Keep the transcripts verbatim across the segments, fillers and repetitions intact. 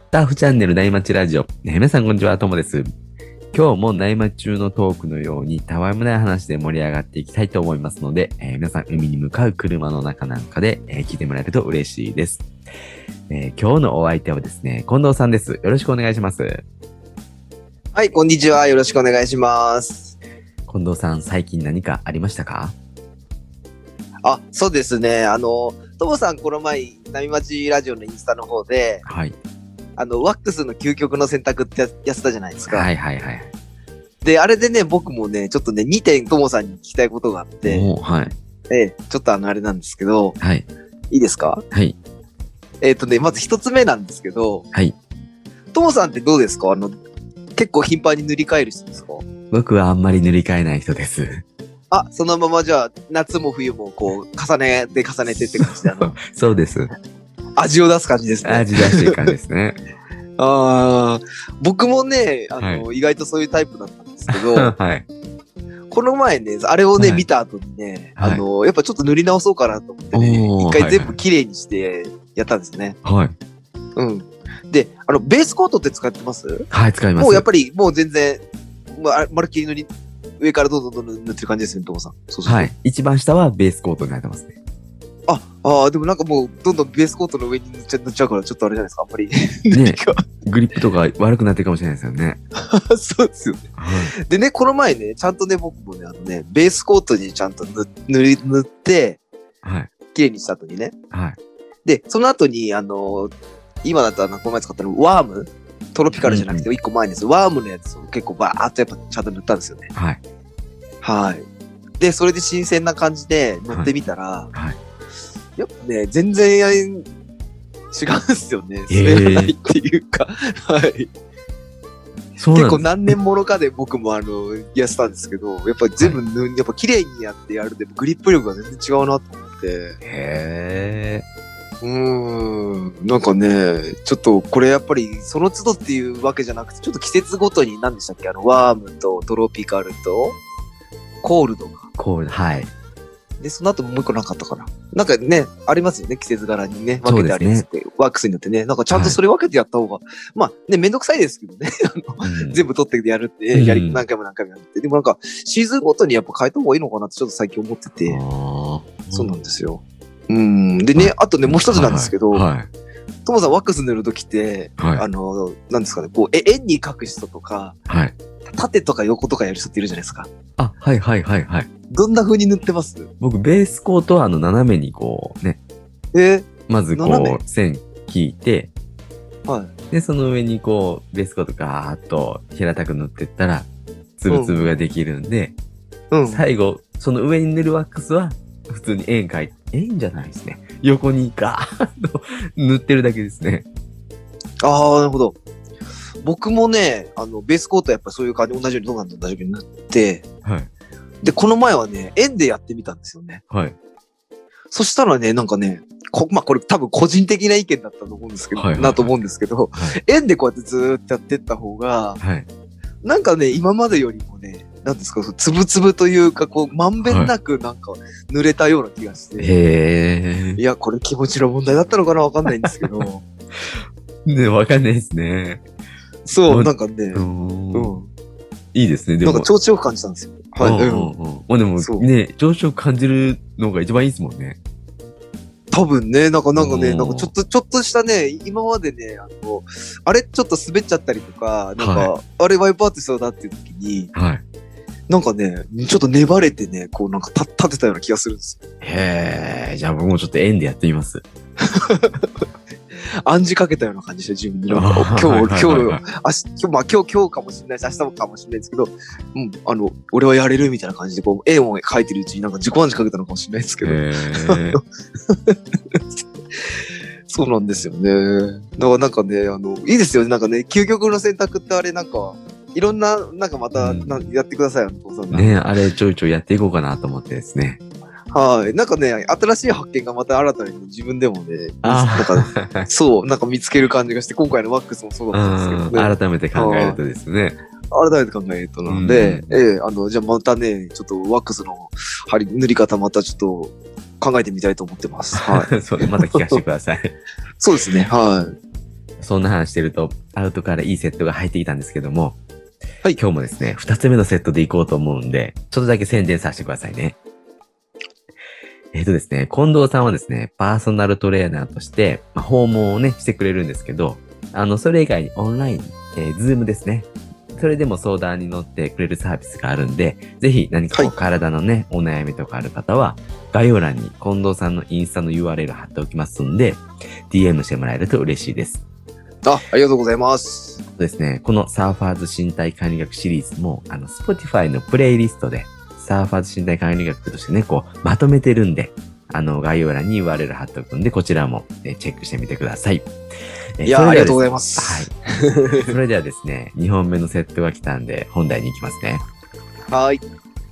ターフチャンネル内町ラジオ、ね、皆さんこんにちは、ともです。今日も内町中のトークのようにたわいもない話で盛り上がっていきたいと思いますので、えー、皆さん海に向かう車の中なんかで、えー、聞いてもらえると嬉しいです、えー。今日のお相手はですね、近藤さんです。よろしくお願いします。 はい、こんにちは。よろしくお願いします。 近藤さん、最近何かありましたか？ あ、そうですね。あの、ともさん、この前、波町ラジオのインスタの方で、 はい。 あの、ワックスの究極の選択ってやってたじゃないですか。 はいはいはい。 で、あれでね、僕もね、ちょっとね、にてんともさんに聞きたいことがあって、 はい。 ええ、ちょっとあの、あれなんですけど、 はい。 いいですか？ はい。 えっとね、まず一つ目なんですけど、 はい。 ともさんってどうですか？あの、結構頻繁に塗り替える人ですか？ 僕はあんまり塗り替えない人です。 あ、そのままじゃあ、夏も冬もこう、重ねて重ねてって感じで、あの、 そうです。 味を出す感じですね。 味出していく感じですね。 ああ、僕もね、あの、はい、意外とそういうタイプだったんですけど、 はい。 この前ね、あれをね、 はい、 見た後にね、 はい、 あの、やっぱちょっと塗り直そうかなと思ってね、一回全部綺麗にしてやったんですね。 はい。 うん。で、あの、ベースコートって使ってます？ はい、使います。 もうやっぱり、もう全然、ま、まるっきり塗り、上からどんどんどんどん塗ってる感じですね、トモさん。そうそう。 はい。一番下はベースコートになってますね。 あ、ああ、でもなんかもう、どんどんベースコートの上に塗っちゃ塗っちゃうから、ちょっとあれじゃないですか、あんまり。 ね、グリップとか悪くなってるかもしれないですよね。 そうですよね、 はい。 でね、この前ね、ちゃんとね、僕もね、あのね、ベースコートにちゃんと塗塗り塗って、 はい。 綺麗にした後にね。 はい。 で、その後に、あのー、今だったら、この前使ったの、ワームトロピカルじゃなくて、一個前です、うんうん。ワームのやつを結構バーっとやっぱちゃんと塗ったんですよね。 はい。 はい。で、それで新鮮な感じで塗ってみたら、はいはい、やっぱね、全然違うんですよね。滑らないっていうか、はい。結構何年ものかで僕もあの、やってたんですけど、やっぱり全部塗、はい、やっぱ綺麗にやってやるで、グリップ力が全然違うなと思って。 へー。うーん。なんかね、ちょっとこれやっぱりその都度っていうわけじゃなくて、ちょっと季節ごとに何でしたっけ？あの、ワームとトロピカルと、コールドか。 コールド、はい。 で、その後もう一個なかったかな。なんかね、ありますよね。季節柄にね、分けてあるやつって、ね、ワックスによってね。なんかちゃんとそれ分けてやった方が、はい、まあね、めんどくさいですけどね。あの、うん、全部取ってやるって、やり、何回も何回もやるって。でもなんか、シーズンごとにやっぱ変えた方がいいのかなってちょっと最近思ってて。そうなんですよ。うん。でね、はい、あとね、もう一つなんですけど、はいはい、トモさんワックス塗るときって、はい、あの、なんですかね、こう、え、円に描く人とか、はい、縦とか横とかやる人っているじゃないですか。 あ、はいはいはいはい。 どんな風に塗ってます？ 僕、ベースコートはあの、斜めにこうね。 えー、 まずこう、線引いて、 はい。 で、その上にこう、ベースコートガーッと平たく塗ってったら、つぶつぶができるんで、うん、最後、その上に塗るワックスは、普通に円描いて、円じゃないですね。横にガーッと塗ってるだけですね。 ああ、なるほど。僕もね、あの、ベースコートはやっぱそういう感じ、同じように、どうなんだ同じように塗って、はい。で、この前はね、円でやってみたんですよね。 はい。 そしたらね、なんかね、こまあ、これ多分個人的な意見だったと思うんですけど、はいはいはい、なと思うんですけど、はい、円でこうやってずーっとやってった方が、はい。なんかね、今までよりもね、なんですか、つぶつぶというか、こう、まんべんなくなんか濡れたような気がして。はい、 へー。 いや、これ気持ちの問題だったのかなわかんないんですけど。 ね、わかんないですね。 そう、なんかね、 うん。いいですね、 でも。なんか調子よく感じたんですよ。 はい。うんうんうん。まあでもね、調子よく感じるのが一番いいですもんね。 多分ね、なんかなんかね、なんかちょっと、ちょっとしたね、今までね、あの、あれちょっと滑っちゃったりとか、なんか、はい、あれワイプアウトしそうだっていう時に、はい。なんかね、ちょっと粘れてね、こうなんか立立てたような気がするんですよ。 へー、じゃあ僕もちょっと円でやってみます。 暗示かけたような感じで自分になんか今日、今日、明日、まあ今日、今日かもしれないし、明日もかもしれないですけど、うん、あの、俺はやれるみたいな感じで、こう、絵を描いてるうちになんか自己暗示かけたのかもしれないですけど。そうなんですよね。だからなんかね、あの、いいですよね。なんかね、究極の選択ってあれなんか、いろんな、なんかまた、うん、なやってくださいよ、お父さんが。 ね、あれちょいちょいやっていこうかなと思ってですね。 はい。なんかね、新しい発見がまた新たに自分でもね、なんか、そう、なんか見つける感じがして、今回のワックスもそうだったんですけどね。 改めて考えるとですね。 改めて考えるとなんで、うん、ええ、あの、じゃあまたね、ちょっとワックスの貼り、塗り方またちょっと考えてみたいと思ってます。はい。 そう、また聞かせてください。 そうですね、はい。 そんな話してると、アウトからいいセットが入ってきたんですけども、 はい。 今日もですね、二つ目のセットでいこうと思うんで、ちょっとだけ宣伝させてくださいね。えっとですね、近藤さんはですね、パーソナルトレーナーとして、まあ、訪問をね、してくれるんですけど、あの、それ以外にオンライン、えー、ズームですね。それでも相談に乗ってくれるサービスがあるんで、ぜひ何かこう体のね、お悩みとかある方は、概要欄に近藤さんのインスタの ユーアールエル 貼っておきますんで、ディーエム してもらえると嬉しいです。 あ、ありがとうございます。 そうですね、このサーファーズ身体管理学シリーズも、あの、Spotify のプレイリストで、サーファーズ身体管理学としてね、こう、まとめてるんで、あの、概要欄に ユーアールエル 貼っておくんで、こちらも、えチェックしてみてください。 いやー、ありがとうございます。 はい。それではですね、にほんめのセットが来たんで、本題に行きますね。 はい。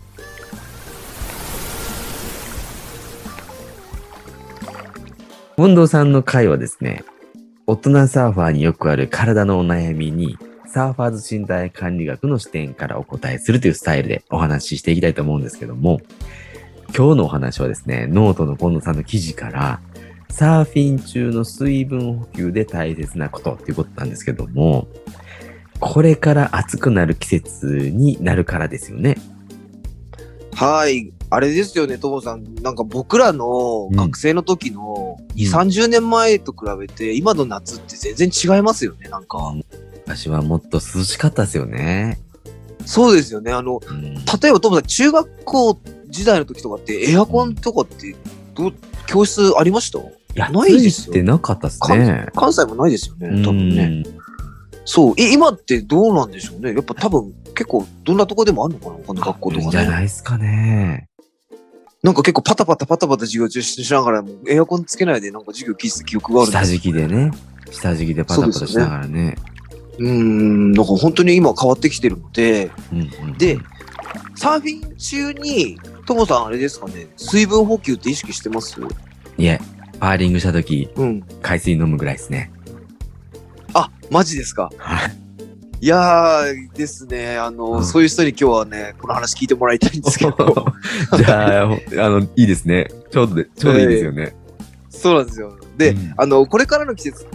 近藤さんの回はですね、大人サーファーによくある体のお悩みに、サーファーズ身体管理学の視点からお答えするというスタイルでお話ししていきたいと思うんですけども、今日のお話はですね、ノートの近藤さんの記事から、サーフィン中の水分補給で大切なことっていうことなんですけども、これから暑くなる季節になるからですよね。 はい。あれですよね、ともさん。なんか僕らの学生の時のにじゅう、さんじゅうねんまえと比べて、今の夏って全然違いますよね、なんか。 昔はもっと涼しかったですよね。 そうですよね。あの、うん、例えばともさん、中学校時代の時とかってエアコンとかってどう、教室ありました？ いや、ないですよ。ってなかったっすね。 関西もないですよね、多分ね。そう。え、今ってどうなんでしょうね。やっぱ多分結構どんなとこでもあるのかな、他の学校とかね。 じゃないですかね。 なんか結構パタパタパタパタ授業中しながらもエアコンつけないでなんか授業聞いてた記憶があるんです。 下敷きでね。下敷きでパタパタしながらね。 うーん、なんか本当に今変わってきてるので、うんうんうん、で、サーフィン中に、ともさんあれですかね、水分補給って意識してます？ いえ、パーリングしたとき、うん、海水飲むぐらいですね。 あ、マジですか？ はい。 いやーですね、あの、うん、そういう人に今日はね、この話聞いてもらいたいんですけど。 じゃあ、あの、いいですね。ちょうどで、ちょうどいいですよね。 えー、そうなんですよ。で、うん、あの、これからの季節って、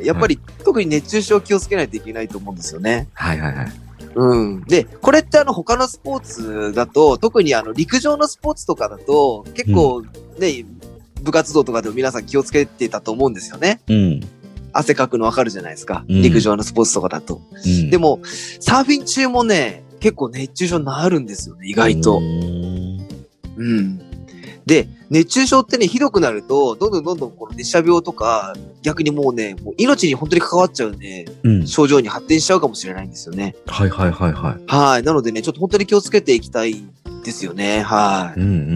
やっぱり、はい、特に熱中症気をつけないといけないと思うんですよね。 はいはいはい。 うん。で、これってあの、他のスポーツだと、特にあの、陸上のスポーツとかだと、結構ね、うん、部活動とかでも皆さん気をつけてたと思うんですよね。うん。汗かくのわかるじゃないですか。うん、陸上のスポーツとかだと。うん、でも、サーフィン中もね、結構熱中症になるんですよね、意外と。うん。うん。で、熱中症ってね、ひどくなると、どんどんどんどんこの熱射病とか、逆にもうね、もう命に本当に関わっちゃうんで、うん、症状に発展しちゃうかもしれないんですよね。 はいはいはいはい。 はい。なのでね、ちょっと本当に気をつけていきたいですよね。はい。 うんうんうん。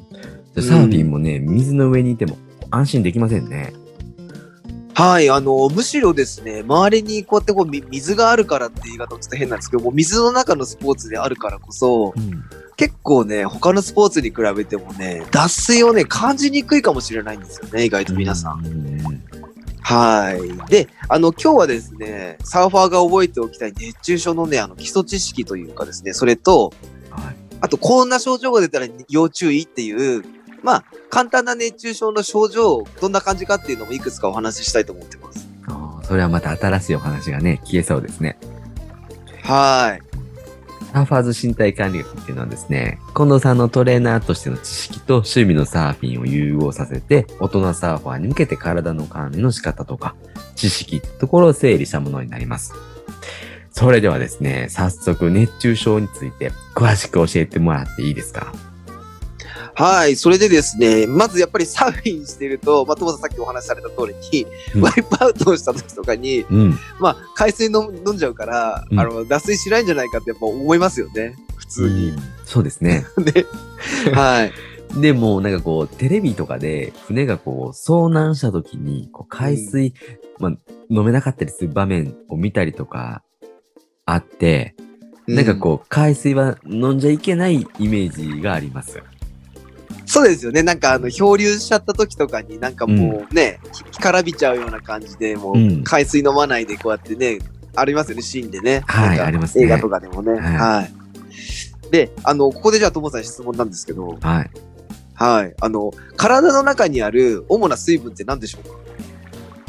サーフィンもね、水の上にいても安心できませんね。 はい、あの、むしろですね、周りにこうやってこう水があるからって言い方もちょっと変なんですけども、水の中のスポーツであるからこそ、うん、結構ね、他のスポーツに比べてもね、脱水をね、感じにくいかもしれないんですよね、意外と皆さん。うん、はい。で、あの、今日はですね、サーファーが覚えておきたい熱中症のね、あの、基礎知識というかですね、それと、はい、あと、こんな症状が出たら要注意っていう、まあ、簡単な熱中症の症状、どんな感じかっていうのもいくつかお話ししたいと思ってます。 ああ、それはまた新しいお話がね、聞けそうですね。 はい。 サーファーズ身体管理学っていうのはですね、近藤さんのトレーナーとしての知識と趣味のサーフィンを融合させて、大人サーファーに向けて体の管理の仕方とか、知識ってところを整理したものになります。それではですね、早速熱中症について詳しく教えてもらっていいですか？ はい。それでですね、まずやっぱりサーフィンしてると、まあ、トモさんさっきお話しされた通りに、うん、ワイプアウトをした時とかに、うん、まあ、海水飲飲んじゃうから、うん、あの、脱水しないんじゃないかってやっぱ思いますよね。普通に。うん、 そうですね。 で、はい。 でも、なんかこう、テレビとかで、船がこう、遭難した時に、こう、海水、まあ、飲めなかったりする場面を見たりとか、あって、なんかこう、海水は飲んじゃいけないイメージがあります。 そうですよね。なんかあの、漂流しちゃった時とかになんかもうね、うん、干からびちゃうような感じで、もう海水飲まないでこうやってね、ありますよね、シーンでね。 はい、ありますね。 映画とかでもね。はい。はい、で、あの、ここでじゃあ、ともさん質問なんですけど、 はい。 はい。あの、体の中にある主な水分って何でしょうか？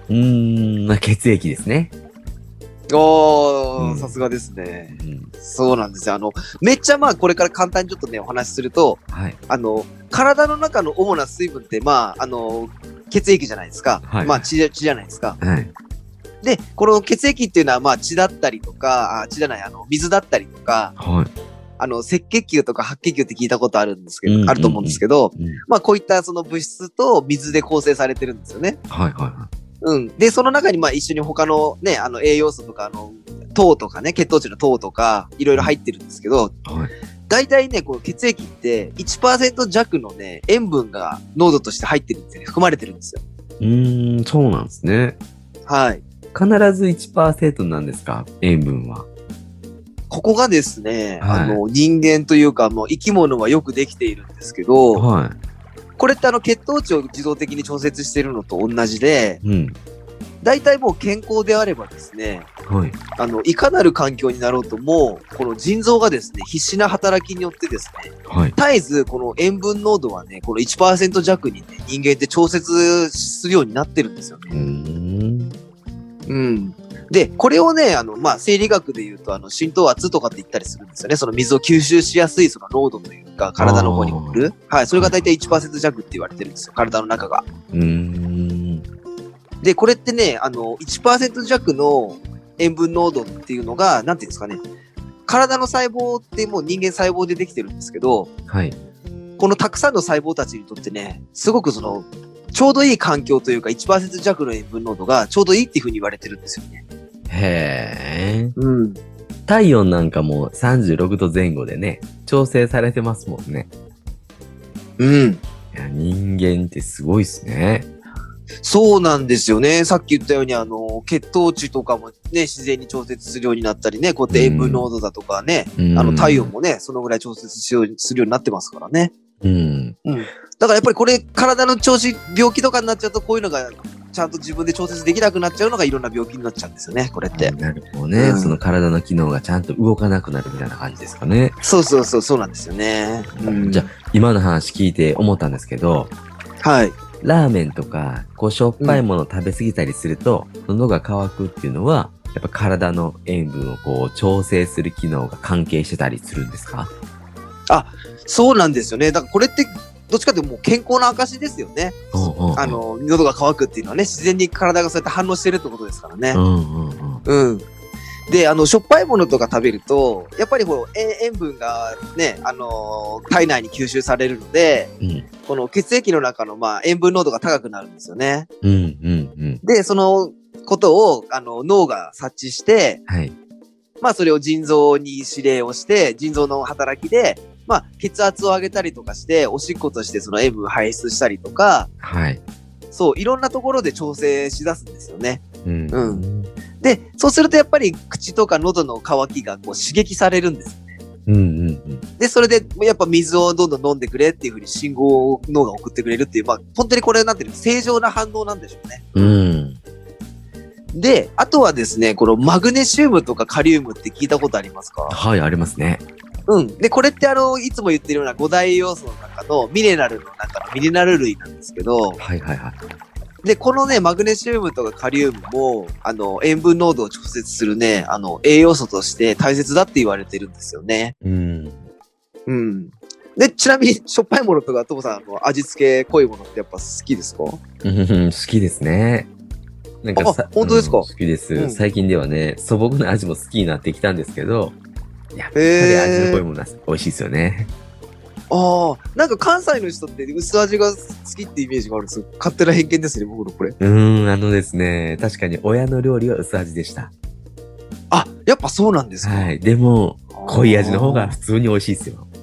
うーん、まあ、血液ですね。 おー、 うんさすがですね。 うん、 そうなんですよ。あの、めっちゃまあこれから簡単にちょっとね、お話しすると、 はい。 あの、体の中の主な水分って、まあ、あの、血液じゃないですか。 はいまあ血、血じゃないですか。 はい。 で、この血液っていうのは、まあ血だったりとか、あ、血じゃない、あの、水だったりとか、 はい。 あの、赤血球とか白血球って聞いたことあるんですけど、 うんうんうんあると思うんですけど、 うん、 まあこういったその物質と水で構成されてるんですよね。 はいはいはうん。で、その中にまあ一緒に他のね、あの栄養素とか、あの、糖とかね、血糖値の糖とか、いろいろ入ってるんですけど、 い。はい。 大体ね、この血液って いちパーセント 弱のね、塩分が濃度として入ってるんですよね。含まれてるんですよ。 うーん、そうなんですね。 はい。 必ず いちパーセント なんですか、塩分は。 ここがですね、 はいあの、人間というか、もう生き物はよくできているんですけど、 はこれってあの、血糖値を自動的に調節しているのと同じで、 い。うん。 大体もう健康であればですね、 はい。 あの、いかなる環境になろうとも、この腎臓がですね、必死な働きによってですね、 はい。 絶えずこの塩分濃度はね、この いちパーセント 弱にね、人間って調節するようになってるんですようーね。 ん。 うん。で、これをね、あの、まあ、生理学で言うと、あの、浸透圧とかって言ったりするんですよね。その水を吸収しやすいその濃度というか、体の方に送る。はい。それが大体 いちパーセント 弱って言われてるんですよ。体の中が。 うーん。 で、これってね、あの、いちパーセント 弱の塩分濃度っていうのが、なんていうんですかね。体の細胞ってもう人間細胞でできてるんですけど、 はい。 このたくさんの細胞たちにとってね、すごくその、ちょうどいい環境というか いちパーセント 弱の塩分濃度がちょうどいいっていう風に言われてるんですよね。 へえ。 うん。 体温なんかもさんじゅうろくどぜん後でね、調整されてますもんね。 うん。 いや、人間ってすごいっすね。 そうなんですよね。さっき言ったように、あの、血糖値とかもね、自然に調節するようになったりね、こうやって塩分濃度だとかね、 うんあの、体温もね、そのぐらい調節しようするようになってますからね。 うん。 うん。だからやっぱりこれ、体の調子、病気とかになっちゃうと、こういうのが、ちゃんと自分で調節できなくなっちゃうのがいろんな病気になっちゃうんですよね、これって。 なるほどね、 うんその体の機能がちゃんと動かなくなるみたいな感じですかね。 そうそうそう、そうなんですよね。うん。 じゃあ、今の話聞いて思ったんですけど、 はい。 ラーメンとか、こう、しょっぱいもの食べ過ぎたりすると、喉が渇くっていうのは、やっぱ体の塩分をこう、調整する機能が関係してたりするんですか？ そうなんですよね。だからこれって、どっちかというともう健康の証ですよね。 うんうんうんあの、喉が渇くっていうのはね、自然に体がそうやって反応してるってことですからね。 うんうんうん。 うん。で、あの、しょっぱいものとか食べると、やっぱりこう、え塩分がね、あのー体内に吸収されるので、 うんこの血液の中の、まあ、塩分濃度が高くなるんですよね。 うんうんうん。 で、そのことを、あの、脳が察知して、 はい。 まあ、それを腎臓に指令をして、腎臓の働きで、まあ、血圧を上げたりとかして、おしっことしてその塩分を排出したりとか、 はい。 そう、いろんなところで調整しだすんですよね。 うん。 うんで、そうするとやっぱり口とか喉の渇きがこう刺激されるんですよね。 うんうんうん。 で、それでやっぱ水をどんどん飲んでくれっていうふうに信号を脳が送ってくれるっていう、まあ、本当にこれなんていうの、正常な反応なんでしょうね。 うん。 で、あとはですね、このマグネシウムとかカリウムって聞いたことありますか？ はい、ありますね。 うん。で、これってあの、いつも言ってるような五大栄養素の中のミネラルの中のミネラル類なんですけど、 はいはいはい。 で、このね、マグネシウムとかカリウムも、あの、塩分濃度を調節するね、あの、栄養素として大切だって言われてるんですよね。 うん。 うん。で、ちなみに、しょっぱいものとか、ともさん、あの、味付け濃いものってやっぱ好きですか？ うん好きですね。なんかさあ本当ですかうん好きです、 うん最近ではね、素朴な味も好きになってきたんですけど、やっぱりへー味の濃いものは美味しいですよね。 ああ、なんか関西の人って薄味が好きってイメージがあるんですよ。勝手な偏見ですね、僕のこれ。 うーん、あのですね、確かに親の料理は薄味でした。 あ、やっぱそうなんですか？ はい。でも、濃い味の方があ普通に美味しいですよ。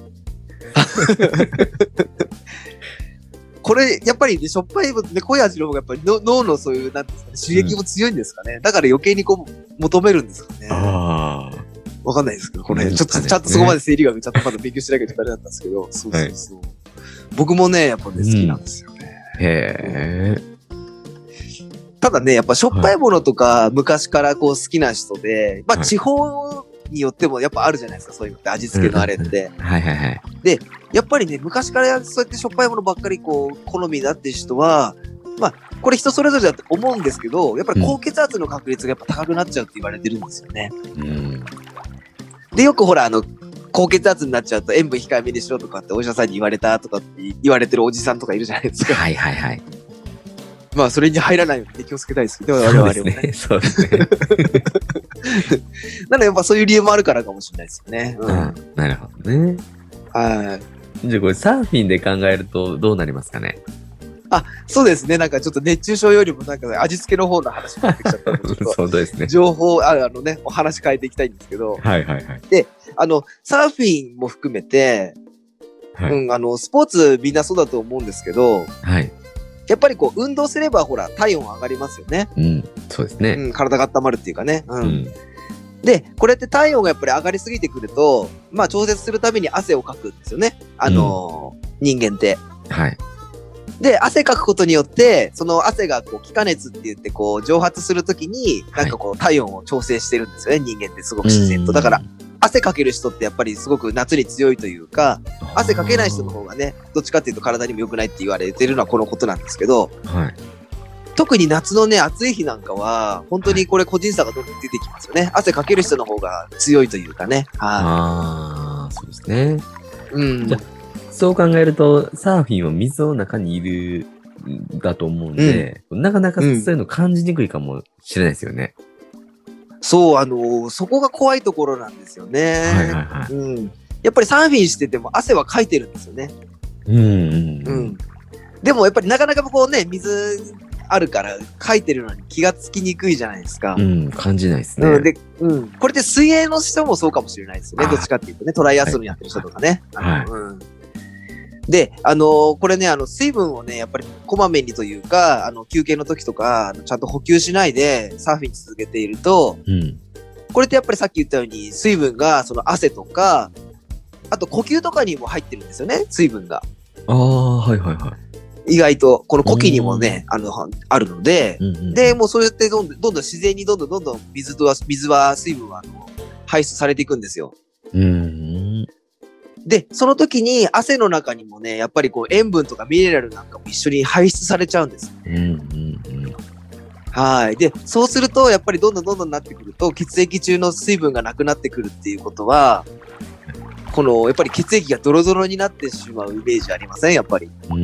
ーこれ、やっぱりね、しょっぱいもね、濃い味の方がやっぱりの脳のそういう、なんていうんですかね、刺激も強いんですかね。だから余計にこう、求めるんですかね。 ああ。 わかんないですけど、これ、 うんちょっと、ちゃんとそこまで生理学ちゃんとまだ勉強しなきゃいけないんですけど、そうそうそう。僕もね、やっぱね、好きなんですよね。 へえ。 ただね、やっぱしょっぱいものとか、昔からこう好きな人で、まあはい地方によってもやっぱあるじゃないですか、そういうのって味付けのあれって。 はいはいはい。 やっぱりね、昔からそうやってしょっぱいものばっかりこう、好みだっていう人は、まあ、 これ人それぞれだと思うんですけど、やっぱり高血圧の確率がやっぱ高くなっちゃうって言われてるんですよね。 うん。 で、よくほら、あの、高血圧になっちゃうと塩分控えめにしろとかってお医者さんに言われたとかって言われてるおじさんとかいるじゃないですか。 はいはいはい。 まあ、それに入らないように気をつけたいですけど、我そう 々もね。 ですね。そうですね。 なので、やっぱそういう理由もあるからかもしれないですよね。うん。 うん、なるほどね。 はい。 じゃあこれサーフィンで考えるとどうなりますかね。 あ、そうですね。なんかちょっと熱中症よりもなんか味付けの方の話になってきちゃったので、ちょっそうですね。 と情報、ああのね、お話変えていきたいんですけど、 はいはいはい。 あの、サーフィンも含めて、 はいうん、あの、スポーツみんなそうだと思うんですけど、 はい。 やっぱりこう、運動すればほら、体温上がりますよね。 うん、そうですね。 うん、体が温まるっていうかね。うん。 うん。 で、これって体温がやっぱり上がりすぎてくると、まあ調節するために汗をかくんですよね。あのー人間って。 はい。 で、汗かくことによって、その汗がこう気化熱って言ってこう蒸発するときに、なんかこう体温を調整してるんですよね、人間ってすごく自然と。だから、汗かける人ってやっぱりすごく夏に強いというか、汗かけない人の方がね、どっちかっていうと体にも良くないって言われてるのはこのことなんですけど、 はい。 特に夏のね、暑い日なんかは、本当にこれ個人差がどんどん出てきますよね。汗かける人の方が強いというかね。はい。 ああ、そうですね。 うん。 じゃそう考えると、サーフィンは水の中にいるんだと思うんで、なかなかそういうの感じにくいかもしれないですよね。 そう、あのーそこが怖いところなんですよね。 はいはいはい。 うん。やっぱりサーフィンしてても汗はかいてるんですよね。 うんうんううん。 ん。でもやっぱりなかなかこうね、水あるからかいてるのに気がつきにくいじゃないですか。 うん、感じないですね。 うん。で、うん。これって水泳の人もそうかもしれないですよね。 あーどっちかっていうとね、トライアスロンやってる人とかね。 はいあのうん。で、あのーこれね、あの、水分をね、やっぱりこまめにというか、あの、休憩の時とか、あのちゃんと補給しないでサーフィン続けていると、 うん。 これってやっぱりさっき言ったように、水分が、その汗とか、あと呼吸とかにも入ってるんですよね、水分が。 ああ、はいはいはい。 意外と、この呼気にもね、あの、あるので、 うんうんうん、 で、もうそうやってどんどん、どんどん自然にどんどんどんどん水とは、水は、水分は、あの、排出されていくんですよ。 うーん。 で、その時に汗の中にもね、やっぱりこう塩分とかミネラルなんかも一緒に排出されちゃうんですよ。 うんうんうん。 はい。で、そうすると、やっぱりどんどんどんどんなってくると、血液中の水分がなくなってくるっていうことは、この、やっぱり血液がドロドロになってしまうイメージありませんやっぱり。 うん、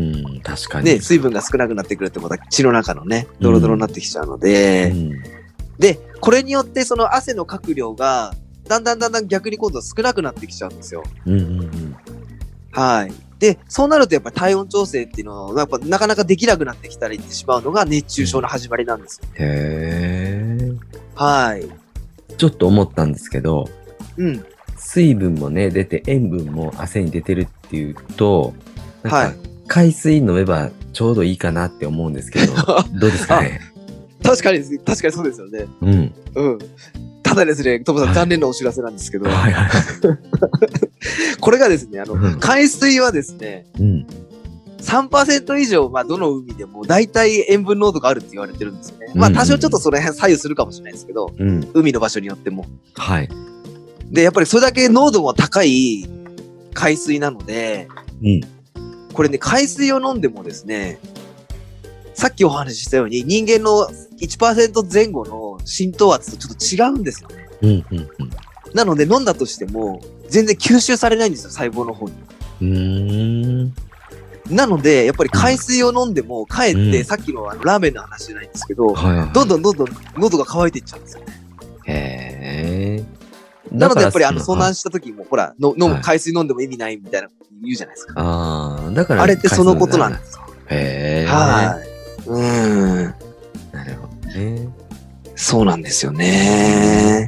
確かに。 ね、水分が少なくなってくるってまた血の中のね、ドロドロになってきちゃうので、 うん、 で、これによってその汗のかく量が、だんだんだんだん逆に今度は少なくなってきちゃうんですよ。 うんうんうん。 はい。で、そうなるとやっぱり体温調整っていうのは、やっぱなかなかできなくなってきたりしてしまうのが熱中症の始まりなんですよ。 へえ。 はい。 ちょっと思ったんですけど、 うん。 水分もね、出て塩分も汗に出てるっていうと、なんかはい。 海水飲めばちょうどいいかなって思うんですけど、どうですかね。 確かに、確かにそうですよね。 うん。 うん。ただですね、トモさん、 はい残念なお知らせなんですけど、 はいはいはい。 これがですね、あの、 うん海水はですね、 うん。 さんパーセント以上、まあ、どの海でも大体塩分濃度があるって言われてるんですよね。まあ、多少ちょっとその辺左右するかもしれないですけど、 うん。 海の場所によっても。 はい。 で、やっぱりそれだけ濃度も高い海水なので、 うん。 これね、海水を飲んでもですね、さっきお話ししたように人間の いちパーセント 前後の浸透圧とちょっと違うんですよね。 うんうんうん。 なので飲んだとしても全然吸収されないんですよ、細胞の方に。 うーん。 なので、やっぱり海水を飲んでも、かえって、 うんさっきのあのラーメンの話じゃないんですけど、 はいはい。 どんどんどんどん喉が渇いていっちゃうんですよね。 へえ。 なので、やっぱりあの、遭その難した時も、ほら、の飲むはい海水飲んでも意味ないみたいなこと言うじゃないですか。 ああ、だから。 あれってそのことなんですよ。 へえ。 はい。うーん。 なるほどね。 そうなんですよね。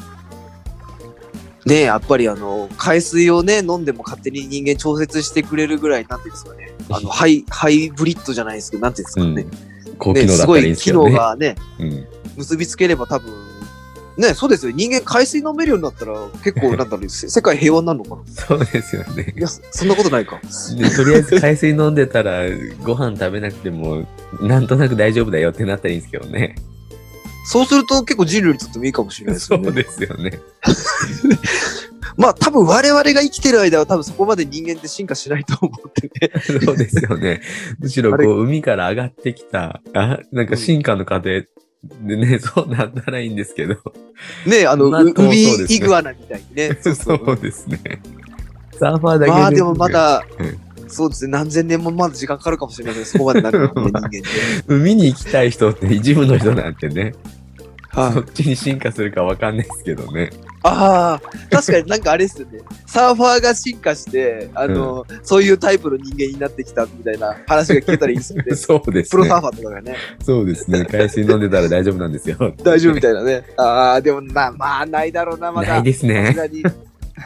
で、やっぱりあの、海水をね、飲んでも勝手に人間調節してくれるぐらい、なんていうんですかね。あの、ハイ、ハイブリッドじゃないですけど、なんていうんですかね。 うん。高機ね、 能だったらいいんすごい機ですけどね。 能がね、 うん。 結びつければ多分、ね、そうですよ。人間海水飲めるようになったら、結構、なんだろう、せ世界平和になるのかな。 そうですよねい。や、そそんなことないか。 でとりあえず海水飲んでたら、ご飯食べなくても、なんとなく大丈夫だよってなったらいいんですけどね。 そうすると結構人類にとってもいいかもしれないですよね。 そうですよね。 まあ多分我々が生きてる間は多分そこまで人間って進化しないと思ってね。 そうですよね。むしろこう、海から上がってきた、あ、なんか進化の過程でね、そうなんならいいんですけど。 ねえ、あの、 まあ海そうですねイグアナみたいにね。 そうそうですね。サーファーだけまあでもまだ、 うんそうですね、何千年もまだ時間かかるかもしれないけど、そこまでなるのね、人間って。 海に行きたい人って一部の人なんてね、 はいそっちに進化するかわかんないですけどね。 ああ、確かになんかあれですよね。サーファーが進化して、あの、そういうタイプの人間になってきたみたいな話が聞けたらいいですよね。 そうですね。 プロサーファーとかがね、 そうですね。海水飲んでたら大丈夫なんですよ。 大丈夫みたいなね。ああ、でもな、まあないだろうな、まだ。 ないですねさすがに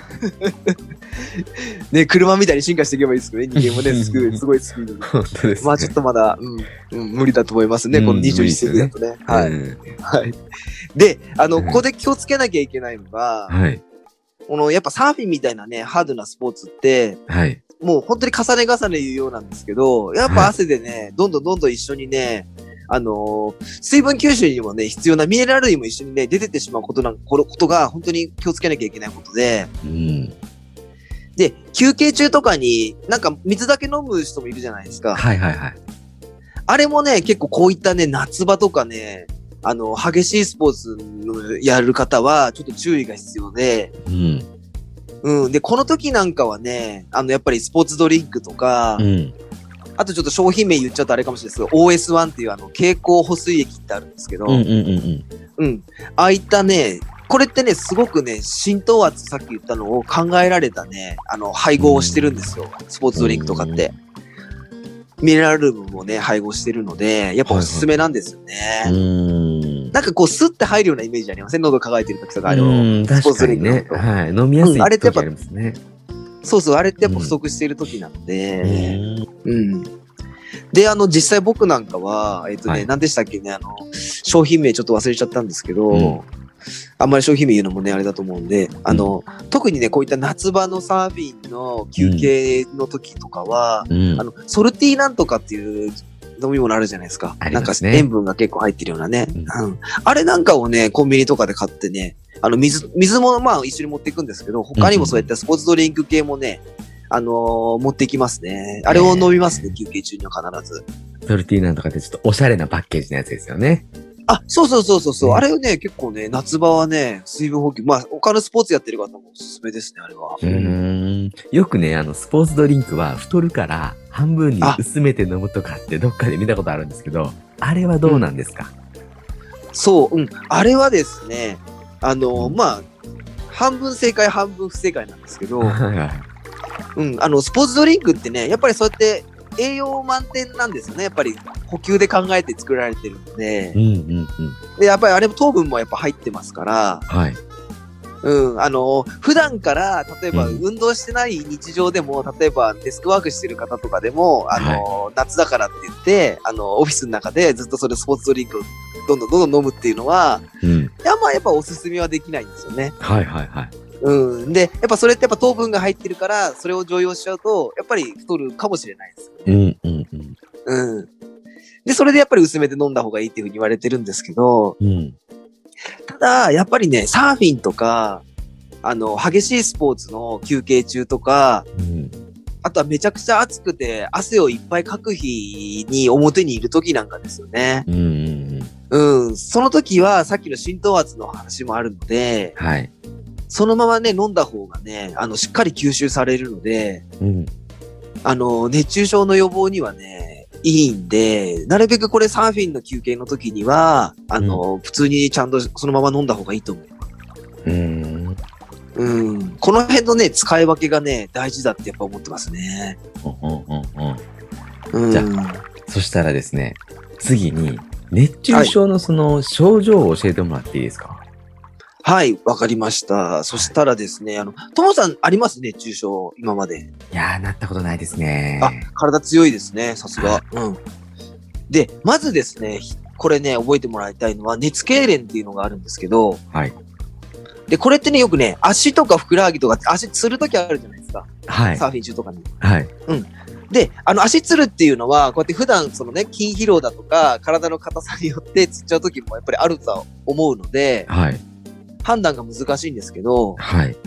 ね、車みたいに進化していけばいいですけどね、人間もね、すごい、すごいスピードに。 本当ですね。 まあちょっとまだ、うん、うん、無理だと思いますね、 うんこのにじゅういっ世紀だとね。はい。 うんはい。で、あの、 はいここで気をつけなきゃいけないのが、 はい。 この、やっぱサーフィンみたいなね、ハードなスポーツって、 はい。 もう本当に重ね重ね言うようなんですけど、やっぱ汗でね、どんどんどんどん一緒にね、あのー水分吸収にもね、必要なミネラル類も一緒にね、出てってしまうことなん、このことが本当に気をつけなきゃいけないことで、 うん。 で、休憩中とかになんか水だけ飲む人もいるじゃないですか。 はいはいはい。 あれもね、結構こういったね、夏場とかね、あの、激しいスポーツのやる方は、ちょっと注意が必要で、 うん。 うん。で、この時なんかはね、あの、やっぱりスポーツドリンクとか、 うん。 あとちょっと商品名言っちゃうとあれかもしれないですけど、オーエスワン っていうあの、蛍光補水液ってあるんですけど、 うんうんうんうん。 うん。ああいったね、これってね、すごくね、浸透圧さっき言ったのを考えられたね、あの、配合をしてるんですよ。スポーツドリンクとかって。ミネラル分もね、配合してるので、やっぱおすすめなんですよね。 うーん。 なんかこう、スッて入るようなイメージありません？喉乾いてる時とか、あれを。 うん、 スポーツド確かにね。 リンク飲むとはい。飲みやすいうんあれってやっぱ時ありますね。 そうそう、あれってやっぱ不足している時なので、 うんうん。で、あの、実際僕なんかは、えっ、とね、 はい何でしたっけね、あの、商品名ちょっと忘れちゃったんですけど、 うんあんまり商品名言うのもね、あれだと思うんで、あの、特にね、こういった夏場のサーフィンの休憩の時とかは、 うんあの、ソルティーなんとかっていう飲み物あるじゃないですか。 ありなんかますね塩分が結構入ってるようなね。 うんうん。あれなんかをね、コンビニとかで買ってね、あの、水、水もまあ一緒に持っていくんですけど、他にもそういったスポーツドリンク系もね、あのー持っていきますね。あれを飲みますね、休憩中には必ず。 ソルティーなんとかってちょっとおしゃれなパッケージのやつですよね。 あ、そうそうそうそうそう、 ねあれをね、結構ね、夏場はね、水分補給、まあ、他のスポーツやってる方もおすすめですね、あれは。 うーん。よくね、あの、スポーツドリンクは太るから半分に薄めて飲むとかってどっかで見たことあるんですけど、あれはどうなんですか？ そう、うん。あれはですね、あのーまあ、半分正解、半分不正解なんですけど、 はいはい。 うん、あの、スポーツドリンクってね、やっぱりそうやって栄養満点なんですよね。やっぱり補給で考えて作られてるのでう、んうんうん。 で、やっぱりあれも糖分もやっぱ入ってますから、 はい。 うん、あの、普段から、例えばうん運動してない日常でも、例えばデスクワークしてる方とかでも、あの、夏だからって言って、あの、オフィスの中でずっとそれスポーツドリンクをどんどんどんどん飲むっていうのは、 うん。 いや、まあやっぱおすすめはできないんですよね。 はいはいはい。 うん。で、やっぱそれってやっぱ糖分が入ってるから、それを常用しちゃうと、やっぱり太るかもしれないです。 うんうんうん。 うん。で、それでやっぱり薄めて飲んだ方がいいっていうふうに言われてるんですけど、 うん。 ただ、やっぱりね、サーフィンとか、あの、激しいスポーツの休憩中とか、 うん。 あとはめちゃくちゃ暑くて汗をいっぱいかく日に表にいる時なんかですよね。 うんうんうん。その時はさっきの浸透圧の話もあるので、 はい。 そのままね、飲んだ方がね、あの、しっかり吸収されるので、 うん。 あの、熱中症の予防にはね、いいんで、なるべくこれサーフィンの休憩の時には、あの、普通にちゃんとそのまま飲んだ方がいいと思う。 うん。 うん。この辺のね、使い分けがね、大事だってやっぱ思ってますね。 うんうんうんうん。 うん。 じゃそしたらですね、次に熱中症のその症状を教えてもらっていいですか？ はい、わかりました。そしたらですね、あの、ともさんあります熱中症、今まで。 いやー、なったことないですね。 あ、体強いですね、さすが。うん。で、まずですね、これね、覚えてもらいたいのは、熱痙攣っていうのがあるんですけど、 はい。 で、これってね、よくね、足とかふくらはぎとか、足つるときあるじゃないですか。 はい。 サーフィン中とかに。 はい。 で、あの、足つるっていうのは、こうやって普段、そのね、筋疲労だとか、体の硬さによってつっちゃうときもやっぱりあるとは思うので、 はい。 判断が難しいんですけど、 はい。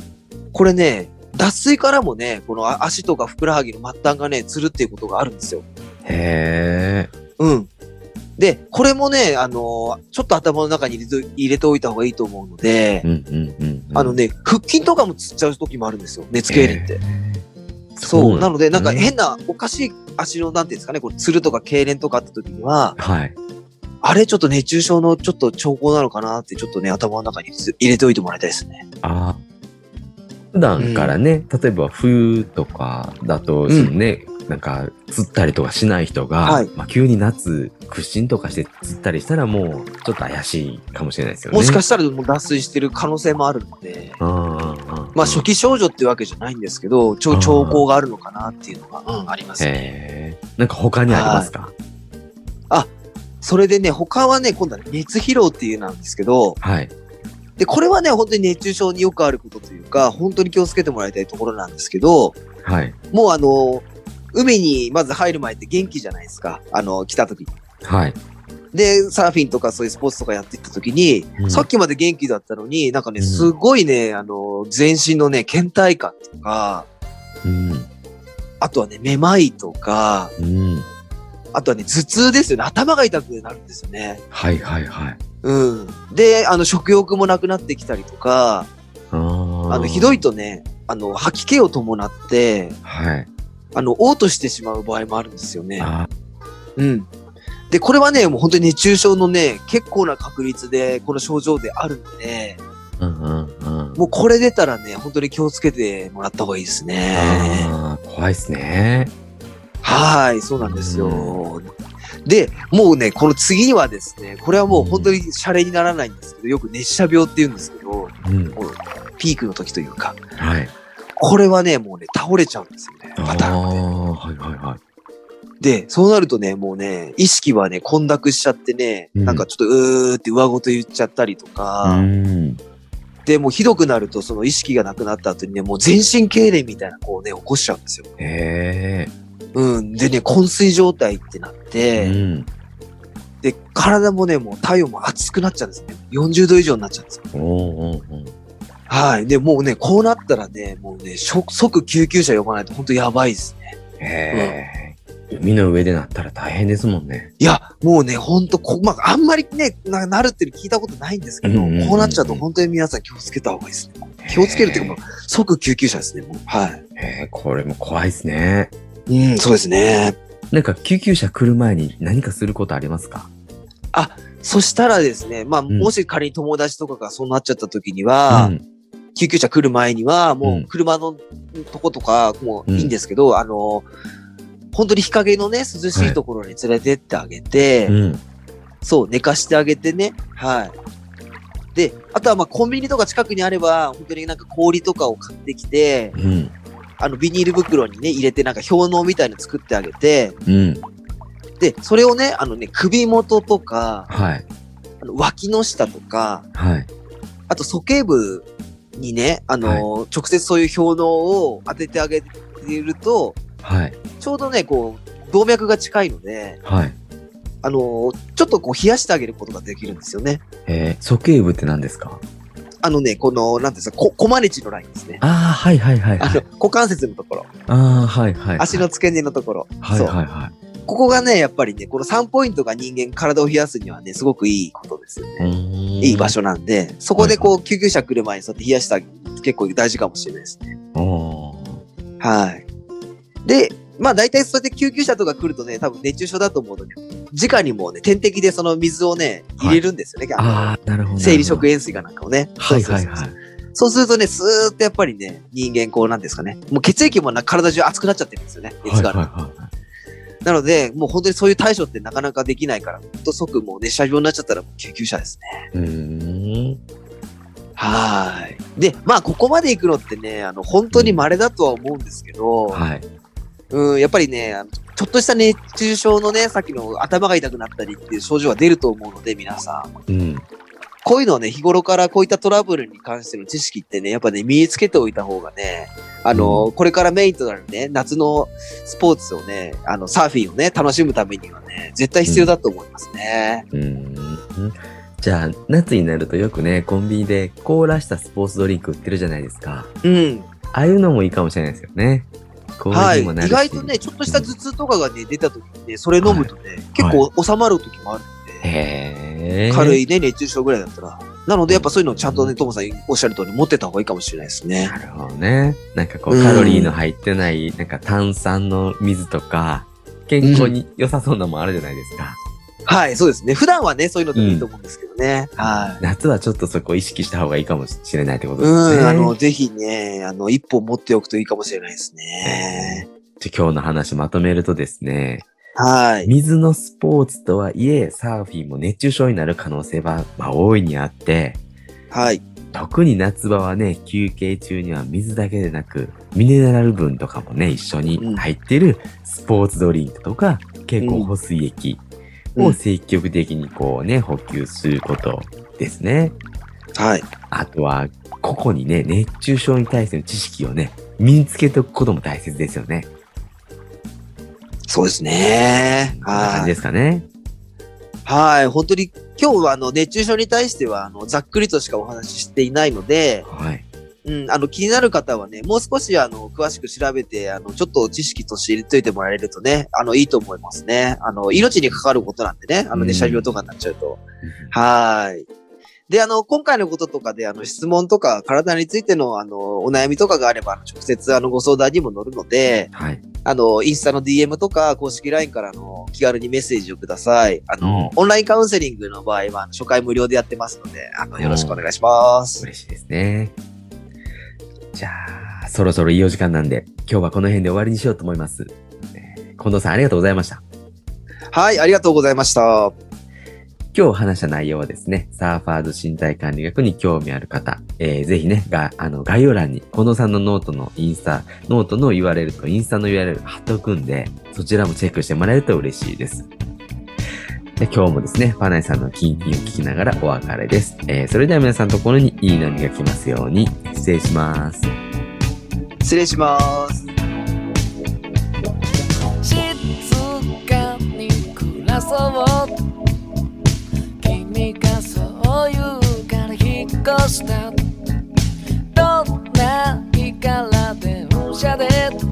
これね、脱水からもね、この足とかふくらはぎの末端がね、つるっていうことがあるんですよ。 へー。 うん。で、これもね、あのー、ちょっと頭の中に入れて、入れておいた方がいいと思うので、 うんうんうんうん、 あのね、腹筋とかもつっちゃう時もあるんですよ。熱痙攣って。そう。 そうなので、なんか変な、おかしい足の、なんていうんですかね、これ、つるとか痙攣とかあった時には、 はい。 あれちょっと熱中症のちょっと兆候なのかなって、ちょっとね、頭の中に入れておいてもらいたいですね。 ああ。普段からね、うん、例えば冬とかだと、そのね、うん、なんか、釣ったりとかしない人が、はい、まあ、急に夏、屈伸とかして釣ったりしたらもう、ちょっと怪しいかもしれないですよね。 もしかしたらもう脱水してる可能性もあるので、まあ、初期症状っていうわけじゃないんですけど、兆候があるのかなっていうのが、うん、ありますね。 へー。なんか他にありますか？ あ、それでね、他はね、今度は熱疲労っていうなんですけど、 はい。 で、これはね、本当に熱中症によくあることというか、本当に気をつけてもらいたいところなんですけど、 はい。 もうあの、海にまず入る前って元気じゃないですか。あの、来た時に。 はい。 で、サーフィンとかそういうスポーツとかやっていった時に、うん、さっきまで元気だったのに、なんかね、すごいね、あの、全身のね、倦怠感とか、うん、あとはね、めまいとか、うん、あとはね、頭痛ですよね。頭が痛くなるんですよね。 はいはいはい。 うん。で、あの、食欲もなくなってきたりとか、あの、ひどいとね、あの、吐き気を伴って、 はい。 あの、嘔吐してしまう場合もあるんですよね。うん。で、これはね、もう本当に熱中症のね、結構な確率で、この症状であるので、うんうんうん、もうこれ出たらね、本当に気をつけてもらった方がいいですね。 あー、怖いですね。 はい、そうなんですよ。で、もうね、この次にはですね、これはもう本当にシャレにならないんですけど、よく熱射病って言うんですけど、うん、ピークの時というか、 はい、 これはね、もうね、倒れちゃうんですよね、パターンで。 はいはいはい。 で、そうなるとね、もうね、意識はね、混濁しちゃってね、うん、なんかちょっとうーって上ごと言っちゃったりとか、うん、で、もうひどくなると、その意識がなくなった後にね、もう全身痙攣みたいなこうね、起こしちゃうんですよ。 へー。 うん。でね、昏睡状態ってなって、うん、で、体もね、もう体温も熱くなっちゃうんですね。よんじゅうど以上になっちゃうんですよ。おうおうおう、はい。で、もうね、こうなったらね、もうね、即救急車呼ばないと本当やばいですね。 へー。うん、海の上でなったら大変ですもんね。 いや、もうね、ほんとこ、まあ、あんまりね、な、なるって聞いたことないんですけど、うんうんうんうん、こうなっちゃうと本当に皆さん気をつけた方がいいですね。気をつけるっていうか、即救急車ですね、もう。はい。 へー、これも怖いですね。 うん、そうですね。 なんか救急車来る前に何かすることありますか？ あ、そしたらですね、まあ、うん、もし仮に友達とかがそうなっちゃった時には、うん、救急車来る前には、もう車のとことかもいいんですけど、うん、あの、本当に日陰のね、涼しいところに連れてってあげて、はい、うん、そう、寝かしてあげてね、はい。で、あとはまあコンビニとか近くにあれば、本当になんか氷とかを買ってきて、うん、あのビニール袋にね、入れてなんか氷嚢みたいの作ってあげて、うん、で、それをね、あのね、首元とか、はい、あの脇の下とか、はい、あと鼠径部にね、あのーはい、直接そういう氷嚢を当ててあげていると、はい、ちょうどね、こう、動脈が近いので、はい、あのー、ちょっとこう冷やしてあげることができるんですよね。 えー、鼠径部って何ですか？ あのね、この、なんていうんですか、こ、コマネチのラインですね。 ああ、はいはいはい、はい。 あの、股関節のところ。 ああ、はいはい、はい。 足の付け根のところ。 はいはいはい。 ここがね、やっぱりね、このさんポイントが人間体を冷やすにはね、すごくいいことですよね。いい場所なんで、そこでこう、はいはい、救急車来る前にそうやって冷やしてあげる結構大事かもしれないですね。はい。で、まあ大体そうやって救急車とか来るとね、多分熱中症だと思うので、直にもうね、点滴でその水をね、入れるんですよね。はい、 ああ、なるほど。 生理食塩水かなんかをね。 はいはいはい。 そうするとね、スーッとやっぱりね、人間こうなんですかね。もう血液もな体中熱くなっちゃってるんですよね。熱がある。はいはいはい、なので、もう本当にそういう対処ってなかなかできないから、ほんと即もう熱射病になっちゃったら救急車ですね。うーん。はい。で、まあここまで行くのってね、あの、本当に稀だとは思うんですけど、うん、はい。うん、やっぱりね、あの、ちょっとした熱中症のね、さっきの頭が痛くなったりっていう症状が出ると思うので、皆さん。うん。こういうのをね、日頃からこういったトラブルに関しての知識ってね、やっぱね、身につけておいた方がね、あの、うん、これからメインとなるね、夏のスポーツをね、あの、サーフィンをね、楽しむためにはね、絶対必要だと思いますね。 うん。うん、 じゃあ、夏になるとよくね、コンビニで凍らしたスポーツドリンク売ってるじゃないですか。 うん。 ああいうのもいいかもしれないですよね。 はい。意外とね、ちょっとした頭痛とかがね、出た時にね、それ飲むとね、はい、結構収まる時もあるんで。 へー。 軽いね、熱中症ぐらいだったら。なので、やっぱそういうのをちゃんとね、トモさんおっしゃる通り持ってた方がいいかもしれないですね。 なるほどね。なんかこう、カロリーの入ってない、なんか炭酸の水とか、健康に良さそうなのもあるじゃないですか。 うん、はい、そうですね。普段はね、そういうのでもいいと思うんですけどね。うん、はい。 夏はちょっとそこを意識した方がいいかもしれないってことですね。 うん、あの、ぜひね、あの、一本持っておくといいかもしれないですね。 じゃ今日の話まとめるとですね。 はい。 水のスポーツとはいえ、サーフィンも熱中症になる可能性は、まあ、大いにあって、 はい。 特に夏場はね、休憩中には水だけでなく、ミネラル分とかもね、一緒に入っているスポーツドリンクとか、経口補水液を積極的にこうね、補給することですね。 はい。 あとは、個々にね、熱中症に対しての知識をね、身につけておくことも大切ですよね。 そうですね。 こんな感じですかね。 はい。本当に今日はあの熱中症に対してはあのざっくりとしかお話ししていないので、 はい。 うん、あの気になる方はね、もう少しあの詳しく調べて、あのちょっと知識として入れといてもらえるとね、あのいいと思いますね。あの命にかかることなんでね、あの熱射病とかになっちゃうと。うん、はい。で、あの、今回のこととかで、あの、質問とか、体についての、あの、お悩みとかがあれば、直接、あの、ご相談にも乗るので、はい。あの、インスタの ディーエム とか、公式 ライン からの気軽にメッセージをください。あの、うん、オンラインカウンセリングの場合は、初回無料でやってますので、あの、よろしくお願いします。 嬉しいですね。じゃあ、そろそろいいお時間なんで、今日はこの辺で終わりにしようと思います。えー、近藤さん、ありがとうございました。 はい、ありがとうございました。 今日話した内容はですね、サーファーズ身体管理学に興味ある方、えー、ぜひね、が、あの、概要欄に、近藤さんのノートのインスタ、ノートの ユーアールエル とインスタの ユーアールエル 貼っておくんで、そちらもチェックしてもらえると嬉しいです。で今日もですね、パナイさんのキンキンを聞きながらお別れです。えー、それでは皆さんのところにいい波が来ますように、失礼します。 失礼します。 静かに暮らそう君がそう言うから引っ越したどんな日から電車で